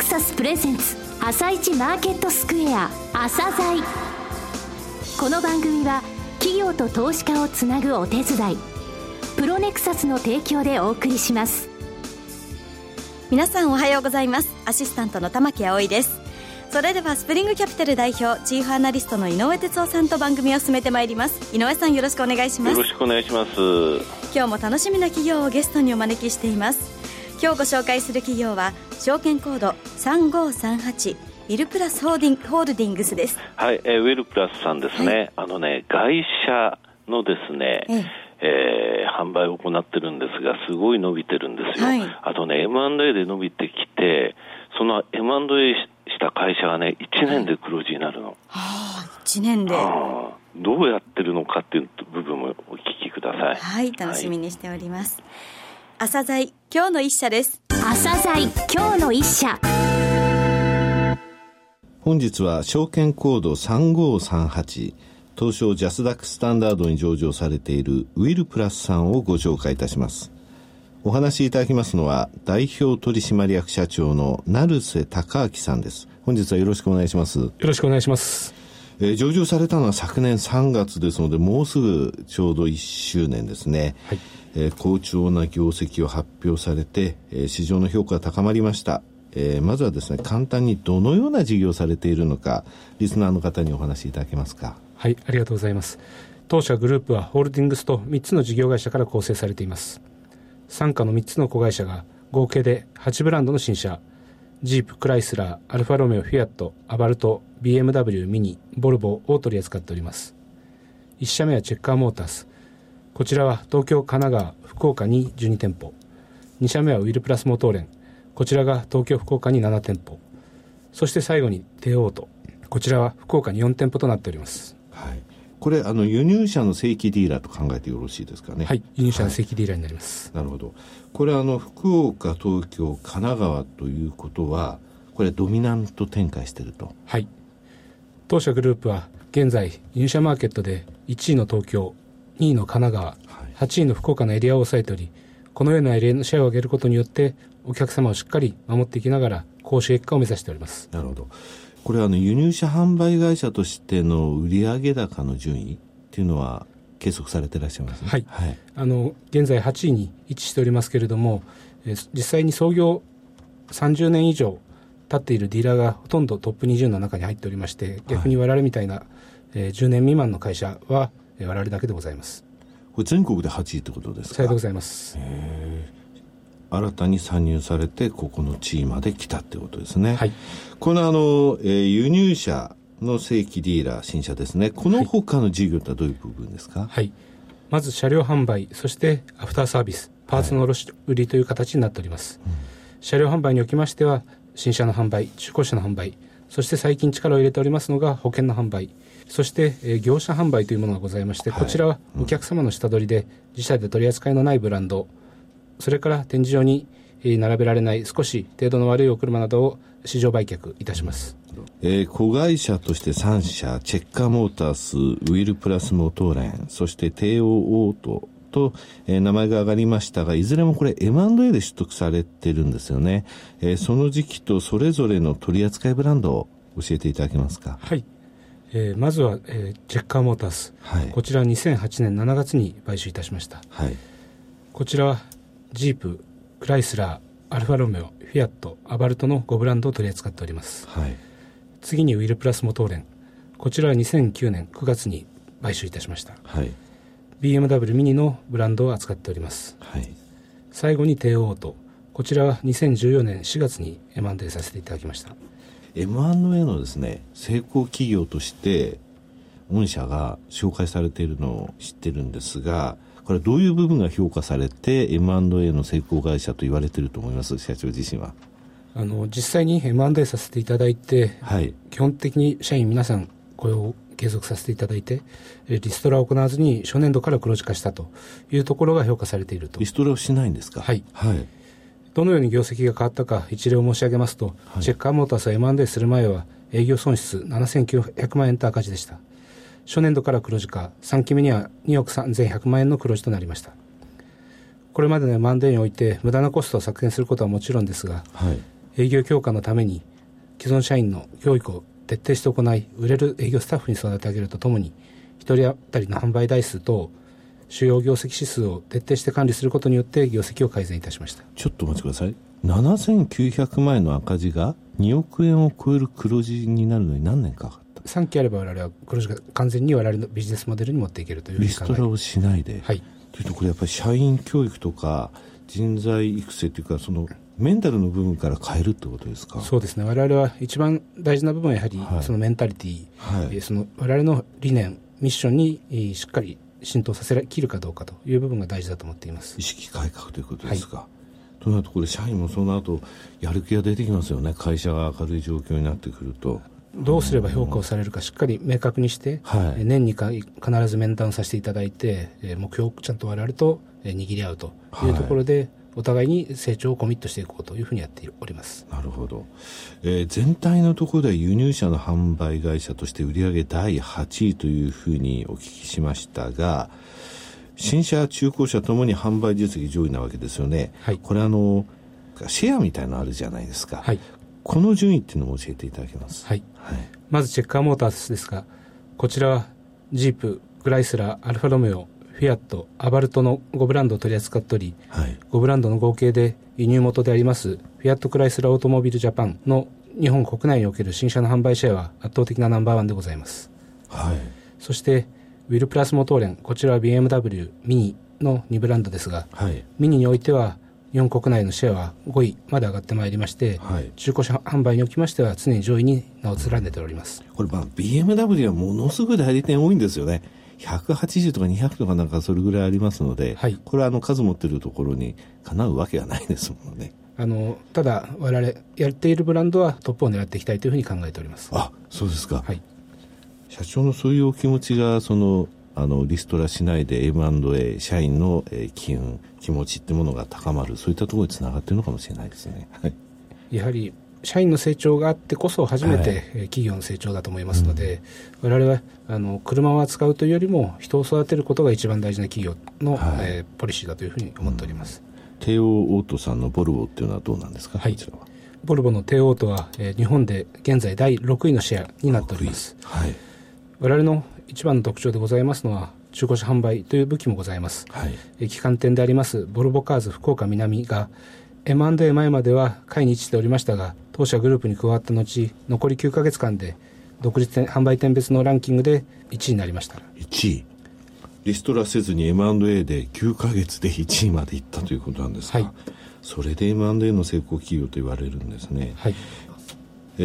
サスプレゼンツ朝市マーケットスクエア朝鮮。この番組は企業と投資家をつなぐお手伝いプロネクサスの提供でお送りします。 皆さんおはようございます。アシスタントの玉木葵です。それではスプリングキャピタル代表チーフアナリストの井上哲夫さんと番組を進めてまいります。井上さん、よろしくお願いします。 よろしくお願いします。 今日も楽しみな企業をゲストにお招きしています。今日ご紹介する企業は証券コード3538ウィルプラスホールディングスです。 はい、ウィルプラスさんですね、はい、外車のですね、販売を行ってるんですが、すごい伸びてるんですよ、はい、あとね M&A で伸びてきて、その M&A した会社がね1年で黒字になるの、 1年でどうやってるのかっていう部分もお聞きください。 はい、楽しみにしております、朝鮮今日の一社です。 朝鮮今日の一社。 本日は証券コード3538東証ジャスダックスタンダードに上場されているウィルプラスさんをご紹介いたします。お話しいただきますのは代表取締役社長の成瀬孝明さんです。本日はよろしくお願いします。 よろしくお願いします。 上場されたのは昨年3月ですので、もうすぐちょうど1周年ですね、はい。好調な業績を発表されて、市場の評価が高まりました。まずはですね、簡単にどのような事業をされているのか、リスナーの方にお話しいただけますか。 はい、ありがとうございます。当社グループはホールディングスと3つの事業会社から構成されています。傘下の3つの子会社が合計で8ブランドの新車、ジープ、クライスラー、アルファロメオ、フィアット、アバルト、BMW、ミニ、ボルボを取り扱っております。1社目はチェッカーモータース。こちらは東京、神奈川、福岡に12店舗。2社目はウィルプラスモトーレン。こちらが東京、福岡に7店舗。そして最後にテオート。こちらは福岡に4店舗となっております。 はい。これ輸入車の正規ディーラーと考えてよろしいですかね。 はい、輸入車の正規ディーラーになります。 なるほど。これ福岡、東京、神奈川ということは、これドミナント展開していると。 はい。当社グループは現在輸入車マーケットで1位の東京、2位の神奈川、8位の福岡のエリアを抑えており、このようなエリアのシェアを上げることによってお客様をしっかり守っていきながら高収益化を目指しております。 なるほど。これ輸入車販売会社としての売上高の順位っていうのは計測されていらっしゃいますね。 はい、はい、現在8位に位置しておりますけれども、実際に創業30年以上経っているディーラーがほとんどトップ20の中に入っておりまして、逆に我々みたいな、10年未満の会社は我々だけでございます。 これ全国で8位ってことですか。 さようでございます。 新たに参入されてここの地位まで来たってことですね。 はい。 この輸入車の正規ディーラー新車ですね。この他の事業ってどういう部分ですか。 はい。まず車両販売、そしてアフターサービス、パーツの卸売りという形になっております。車両販売におきましては新車の販売、中古車の販売、そして最近力を入れておりますのが保険の販売、そして業者販売というものがございまして、こちらはお客様の下取りで自社で取り扱いのないブランド、それから展示場に並べられない少し程度の悪いお車などを市場売却いたします。 子会社として3社、チェッカーモータース、ウィルプラスモトーレン、そしてテオオートと、名前が挙がりましたが、いずれもこれ M&A で取得されてるんですよね。その時期とそれぞれの取り扱いブランドを教えていただけますか。 はい。まずは、チェッカーモータース、はい、こちらは2008年7月に買収いたしました。はい、こちらはジープ、クライスラー、アルファロメオ、フィアット、アバルトの5ブランドを取り扱っております。はい、次にウィルプラスモトーレン、こちらは2009年9月に買収いたしました。はい、BMW ミニのブランドを扱っております。はい、最後にテオオート、こちらは2014年4月に M&A させていただきました。 M&A のですね、成功企業として御社が紹介されているのを知ってるんですが、これどういう部分が評価されて M&A の成功会社と言われていると思います。社長自身は実際に M&A させていただいて、はい、基本的に社員皆さん雇用を継続させていただいて、リストラを行わずに初年度から黒字化したというところが評価されていると。 リストラをしないんですか。 はい、はい、どのように業績が変わったか一例を申し上げますと、はい、チェッカーモータースは M&A する前は営業損失7900万円と赤字でした。初年度から黒字化、3期目には2億3100万円の黒字となりました。これまでの M&A において無駄なコストを削減することはもちろんですが、はい、 営業強化のために既存社員の教育を徹底して行い、売れる営業スタッフに育て上げるとともに、1人当たりの販売台数と主要業績指数を徹底して管理することによって業績を改善いたしました。 ちょっとお待ちください。7900万円の赤字が2億円を超える黒字になるのに何年かかった？ 3期あれば我々は黒字が完全に我々のビジネスモデルに持っていけるというふうに考えて、 リストラをしないで、 はい、 というとこれやっぱり社員教育とか人材育成というかそのメンタルの部分から変えるってことですか？ そうですね。我々は一番大事な部分はやはりそのメンタリティ、はい、その我々の理念ミッションにしっかり浸透させきるかどうかという部分が大事だと思っています。 意識改革ということですか？ はい、 となるとこれ社員もその後やる気が出てきますよね。会社が明るい状況になってくるとどうすれば評価をされるかしっかり明確にして、はい、年に回必ず面談させていただいて目標をちゃんと我々と握り合うというところで、はい、お互いに成長をコミットしていこうというふうにやっております。 なるほど。全体のところでは輸入車の販売会社として売上第8位というふうにお聞きしましたが、新車中古車ともに販売実績上位なわけですよね。はい、これシェアみたいなのあるじゃないですか。はい、この順位っていうのも教えていただけます？ はい、はい、まずチェッカーモータースですが、こちらはジープ、クライスラー、アルファロメオ、フィアット、アバルトの5ブランドを取り扱っており、はい、5ブランドの合計で輸入元でありますフィアットクライスラーオートモービルジャパンの日本国内における新車の販売シェアは圧倒的なナンバーワンでございます。はい、そしてウィルプラスモトーレン、こちらは BMW ミニの2ブランドですが、はい、ミニにおいては日本国内のシェアは5位まで上がってまいりまして、はい、中古車販売におきましては常に上位に名を連ねております。 これBMW はものすごい代理店多いんですよね。180とか200とかなんかそれぐらいありますので、はい、これは数持っているところにかなうわけがないですもんね。 ただ我々やっているブランドはトップを狙っていきたいというふうに考えております。 あ、そうですか。 はい、 社長のそういうお気持ちがリストラしないで M&A 社員の機運気持ちってものが高まる、そういったところにつながっているのかもしれないですね。はい、 やはり社員の成長があってこそ初めて、はい、企業の成長だと思いますので、我々は車を扱うというよりも人を育てることが一番大事な企業の、はい、ポリシーだというふうに思っております。 テオオートさんのボルボっていうのはどうなんですか？はい、こちらはボルボのテオオートは、日本で現在第6位のシェアになっております。はい、我々の一番の特徴でございますのは中古車販売という武器もございます。はい、旗艦店でありますボルボカーズ福岡南が M&A 前までは下位に位置しておりましたが、当社グループに加わった後残り9ヶ月間で独立販売店別のランキングで1位になりました。 1位、リストラせずに M&A で9ヶ月で1位までいったということなんですか？はい、それで M&A の成功企業と言われるんですね。はい、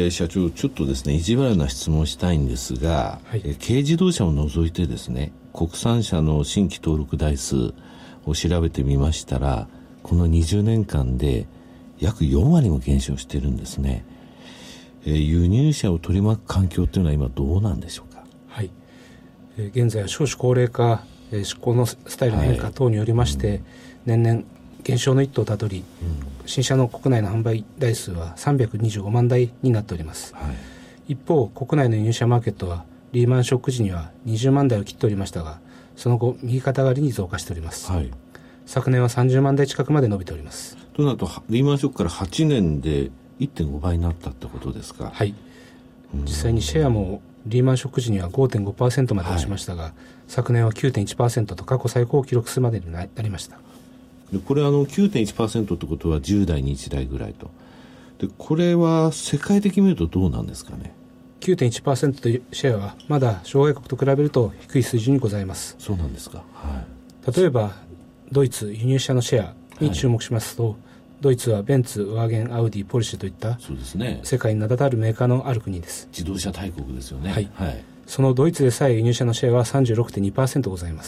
社長、ちょっとですね意地悪な質問をしたいんですが、はい、軽自動車を除いてですね国産車の新規登録台数を調べてみましたら、この20年間で約4割も減少しているんですね。輸入車を取り巻く環境というのは今どうなんでしょうか？ はい、現在は少子高齢化、施行のスタイルの変化等によりまして、はい、年々減少の一途をたどり、新車の国内の販売台数は325万台になっております。はい、一方国内の輸入車マーケットはリーマンショック時には20万台を切っておりましたが、その後右肩上がりに増加しております。はい、昨年は30万台近くまで伸びております。 となるとリーマンショックから8年で 1.5 倍になったってことですか？ はい、実際にシェアもリーマンショック時には 5.5% まで落ちましたが、はい、昨年は 9.1% と過去最高を記録するまでになりました。 でこれ9.1% ってことは10代に1台ぐらいと。でこれは世界的に見るとどうなんですかね？ 9.1% というシェアはまだ諸外国と比べると低い水準にございます。 そうなんですか？はい、 例えばドイツ輸入車のシェアに注目しますと、はい、ドイツはベンツ、ワーゲン、アウディ、ポルシェといったそうです、ね、世界に名だたるメーカーのある国です。 自動車大国ですよね。 はいはい、そのドイツでさえ輸入車のシェアは 36.2% ございます。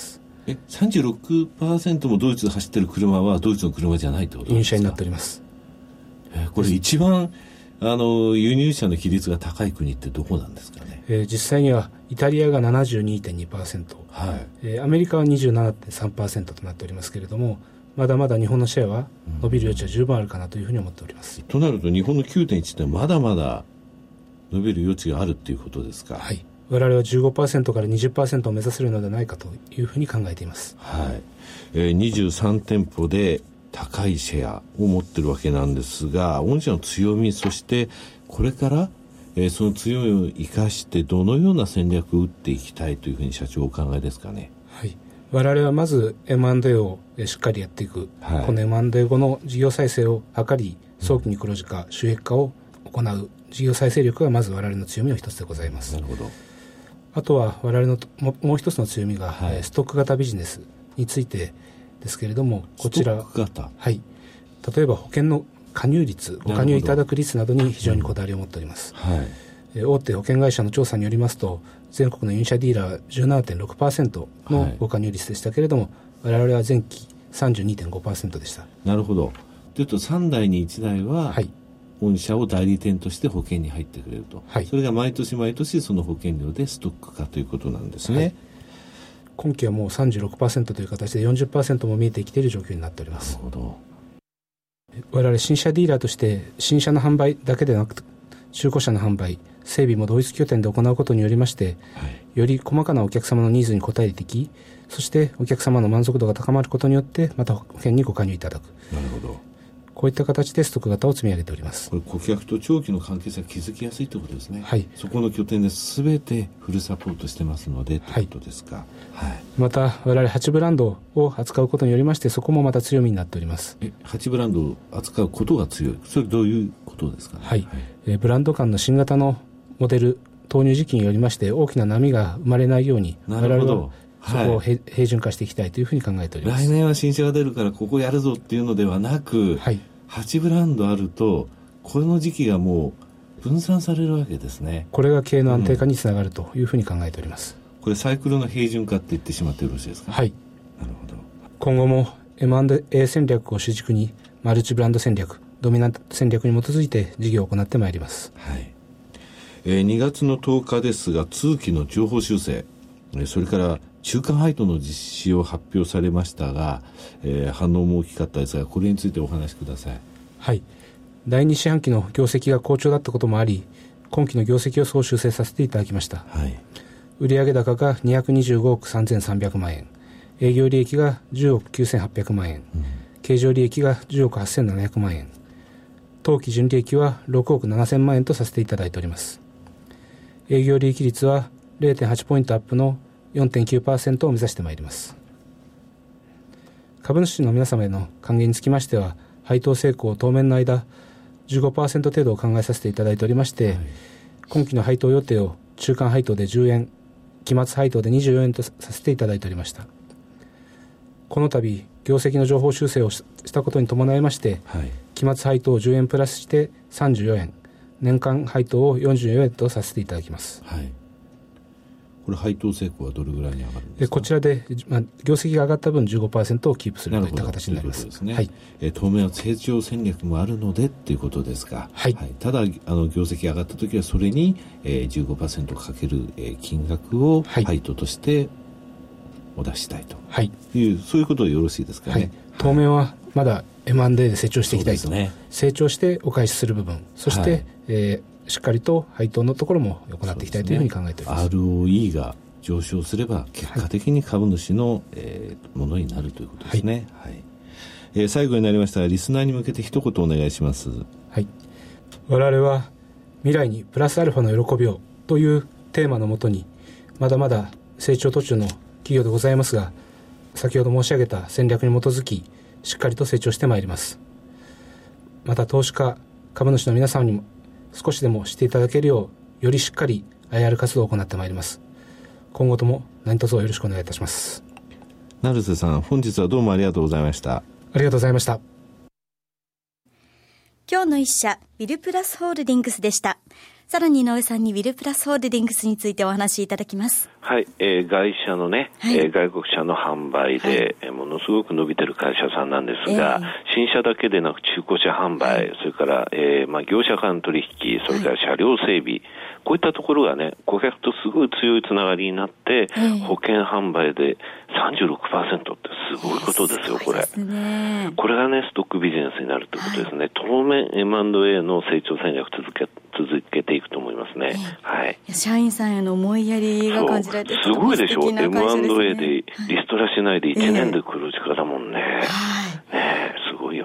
36% もドイツで走ってる車はドイツの車じゃないってことですか？ 輸入車になっております。 これ一番輸入車の比率が高い国ってどこなんですかね？ 実際にはイタリアが 72.2%、はい、アメリカは 27.3% となっておりますけれども、まだまだ日本のシェアは伸びる余地は十分あるかなというふうに思っております。 となると日本の 9.1 ってまだまだ伸びる余地があるっていうことですか？ はい、我々は 15% から 20% を目指せるのではないかというふうに考えています。 はい、23店舗で高いシェアを持ってるわけなんですが、御社の強み、そしてこれから、その強みを生かしてどのような戦略を打っていきたいというふうに社長お考えですかね。 はい、我々はまず M&A をしっかりやっていく、この M&A 後の事業再生を図り、早期に黒字化、収益化を行う事業再生力がまず我々の強みの一つでございます。 なるほど。 あとは我々のもう一つの強みが、ストック型ビジネスについてですけれども、こちら、 ストック型、 はい、例えば保険の加入率、ご加入いただく率などに非常にこだわりを持っております。大手保険会社の調査によりますと、全国のユニシャディーラーは 17.6% のご加入率でしたけれども、我々は前期 32.5% でした。 なるほど。というと3台に1台は、御社を代理店として保険に入ってくれると、それが毎年毎年その保険料でストック化ということなんですね。 今期はもう 36% という形で 40% も見えてきている状況になっております。 なるほど。 我々新車ディーラーとして新車の販売だけでなく中古車の販売、整備も同一拠点で行うことによりまして、より細かなお客様のニーズに応えていき、そしてお客様の満足度が高まることによってまた保険にご加入いただく。 なるほど。 こういった形でストック型を積み上げております。 これ顧客と長期の関係性が築きやすいということですね。そこの拠点で全てフルサポートしてますのでということですか。 また我々8ブランドを扱うことによりまして、そこもまた強みになっております。 8ブランドを扱うことが強い、それどういうことですかね。 ブランド間の新型のモデル投入時期によりまして大きな波が生まれないように、我々はそこを平準化していきたいというふうに考えております。 来年は新車が出るからここやるぞっていうのではなく、8ブランドあるとこの時期がもう分散されるわけですね。 これが経営の安定化につながるというふうに考えております。 これサイクルの平準化って言ってしまってよろしいですか。 はい。 なるほど。 今後も M&A 戦略を主軸にマルチブランド戦略、ドミナント戦略に基づいて事業を行ってまいります。 2月の10日ですが、通期の情報修正、それから中間配当の実施を発表されましたが、反応も大きかったですが、これについてお話しください。 はい。第2四半期の業績が好調だったこともあり、今期の業績予想を修正させていただきました。売上高が225億3300万円、営業利益が10億9800万円、経常利益が10億8700万円、当期純利益は6億7000万円とさせていただいております。営業利益率は 0.8 ポイントアップの 4.9% を目指してまいります。株主の皆様への還元につきましては、配当成功当面の間 15% 程度を考えさせていただいておりまして、今期の配当予定を中間配当で10円、期末配当で24円とさせていただいておりました。この度業績の情報修正をしたことに伴いまして、期末配当を10円プラスして34円、年間配当を44円とさせていただきます。 これ配当成功はどれぐらいに上がるんですか。 こちらで、業績が上がった分 15% をキープするといった形になります。 当面は成長戦略もあるのでということですが、ただ業績が上がったときはそれに、15% かける、金額を配当としてお出したいという、そういうことでよろしいですかね。 当面はまだ M&A で成長していきたいと、成長してお返しする部分、そして、しっかりと配当のところも行っていきたいというふうに考えております。 ROE が上昇すれば結果的に株主の、ものになるということですね。最後になりましたが、リスナーに向けて一言お願いします。 我々は未来にプラスアルファの喜びをというテーマのもとに、まだまだ成長途中の企業でございますが、先ほど申し上げた戦略に基づきしっかりと成長してまいります。また投資家株主の皆さんにも少しでもしていただけるよう、よりしっかり IR 活動を行ってまいります。今後とも何卒よろしくお願いいたします。 成瀬さん、本日はどうもありがとうございました。 ありがとうございました。 今日の一社、ウィルプラスホールディングスでした。さらに井上さんにウィルプラスホールディングスについてお話しいただきます。 外車のね、外国車の販売で、ものすごく伸びてる会社さんなんですが、新車だけでなく中古車販売、それから、業者間取引、それから車両整備、こういったところがね、顧客とすごい強いつながりになって、保険販売で 36% ってすごいことですよ、これ。これがね、ストックビジネスになるということですね。当面 M&A の成長戦略続けていくと思いますね。 社員さんへの思いやりが感じられて、 すごいでしょ。M&A でリストラしないで1年で黒字化だもんね。すごい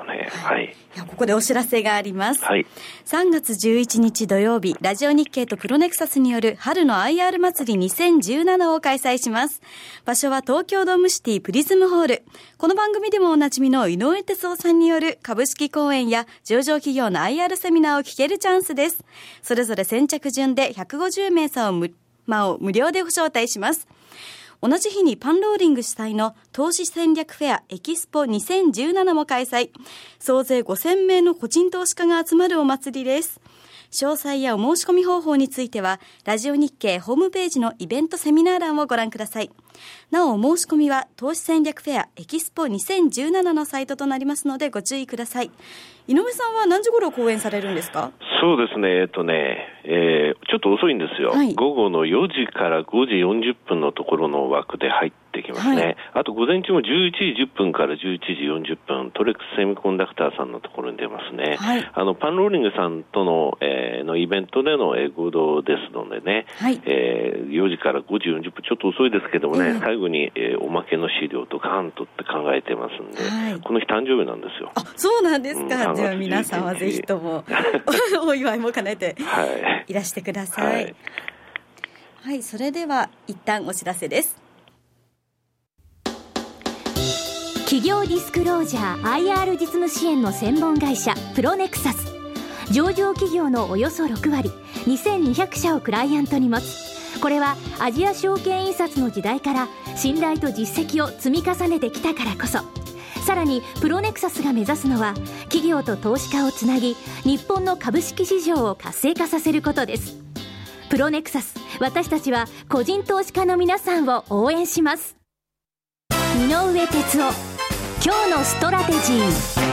ね。はい。 ここでお知らせがあります。 はい。 3月11日土曜日、ラジオ日経とプロネクサスによる春の IR 祭り2017を開催します。場所は東京ドームシティプリズムホール。この番組でもおなじみの井上哲夫さんによる株式講演や上場企業の IR セミナーを聞けるチャンスです。それぞれ先着順で150名様を無料でご招待します。同じ日にパンローリング主催の投資戦略フェアエキスポ2017も開催。総勢5000名の個人投資家が集まるお祭りです。詳細やお申し込み方法については、ラジオ日経ホームページのイベントセミナー欄をご覧ください。なお、お申し込みは投資戦略フェアエキスポ2017のサイトとなりますのでご注意ください。井上さんは何時頃講演されるんですか？ そうですね、ちょっと遅いんですよ、はい、午後の4時から5時40分のところの枠で入ってきますね、はい、あと午前中も11時10分から11時40分トレックスセミコンダクターさんのところに出ますね、はい、パンローリングさんとの、のイベントでの合同ですのでね、はい、4時から5時40分ちょっと遅いですけどもね、最後に、おまけの資料とガンとって考えてますんで、はい、この日誕生日なんですよ。 あ、そうなんですか、では皆さんはぜひともお祝いも兼ねていらしてください、はいはい、それでは一旦お知らせです。 企業ディスクロージャー IR 実務支援の専門会社プロネクサス。上場企業のおよそ6割2200社をクライアントに持つ。これはアジア証券印刷の時代から信頼と実績を積み重ねてきたからこそ。さらにプロネクサスが目指すのは企業と投資家をつなぎ、日本の株式市場を活性化させることです。プロネクサス、私たちは個人投資家の皆さんを応援します。井上哲夫、今日のストラテジー。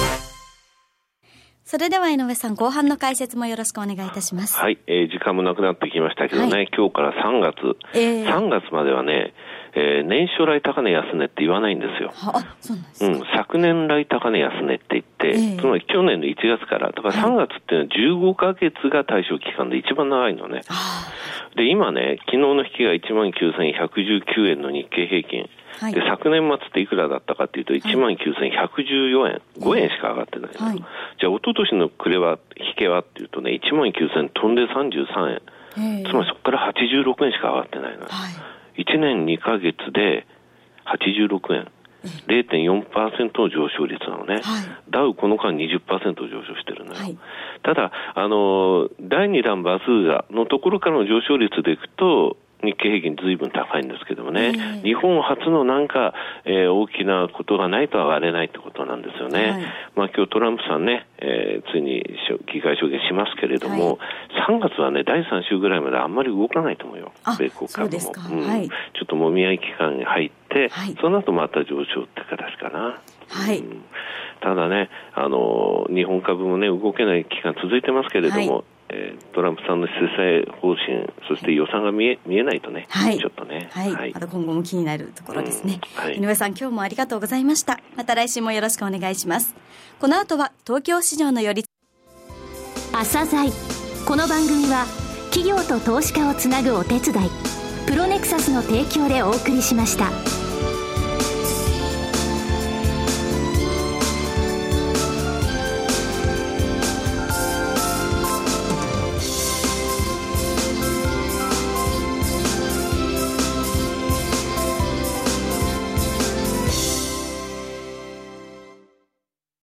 それでは井上さん、後半の解説もよろしくお願いいたします。 はい、時間もなくなってきましたけどね、はい、今日から3月、3月まではね、年初来高値安値って言わないんですよ。 あ、そうなんですか。 昨年来高値安値って言って、つまり去年の1月から、だから3月っていうのは15ヶ月が対象期間で一番長いのね。で、今ね、昨日の引きが 19,119 円の日経平均。はい、で、昨年末っていくらだったかっていうと 19,114 円、5円しか上がってないの、はい、じゃあ一昨年の暮れは引けはっていうとね 19,000 飛んで33円、つまりそこから86円しか上がってないの、はい、1年2ヶ月で86円、0.4% の上昇率なのね、はい、ダウこの間 20% 上昇してるのよ、はい、ただ第2弾バズーガのところからの上昇率でいくと日経平均ずいぶん高いんですけどもね、日本初のなんか、大きなことがないと上がれないってことなんですよね、はい、まあ今日トランプさんね、ついに議会証言しますけれども、はい、3月はね第3週ぐらいまであんまり動かないと思うよ、米国株も。そうですか、はい、ちょっともみ合い期間に入って、はい、その後また上昇って形かな。はい、ただね、日本株もね動けない期間続いてますけれども、はい、トランプさんの施政方針、そして予算が見えないとね、はい、ちょっとね、 はいはい、また今後も気になるところですね、はい、井上さん、今日もありがとうございました。また来週もよろしくお願いします。この後は東京市場の寄り朝鮮。この番組は企業と投資家をつなぐお手伝いプロネクサスの提供でお送りしました。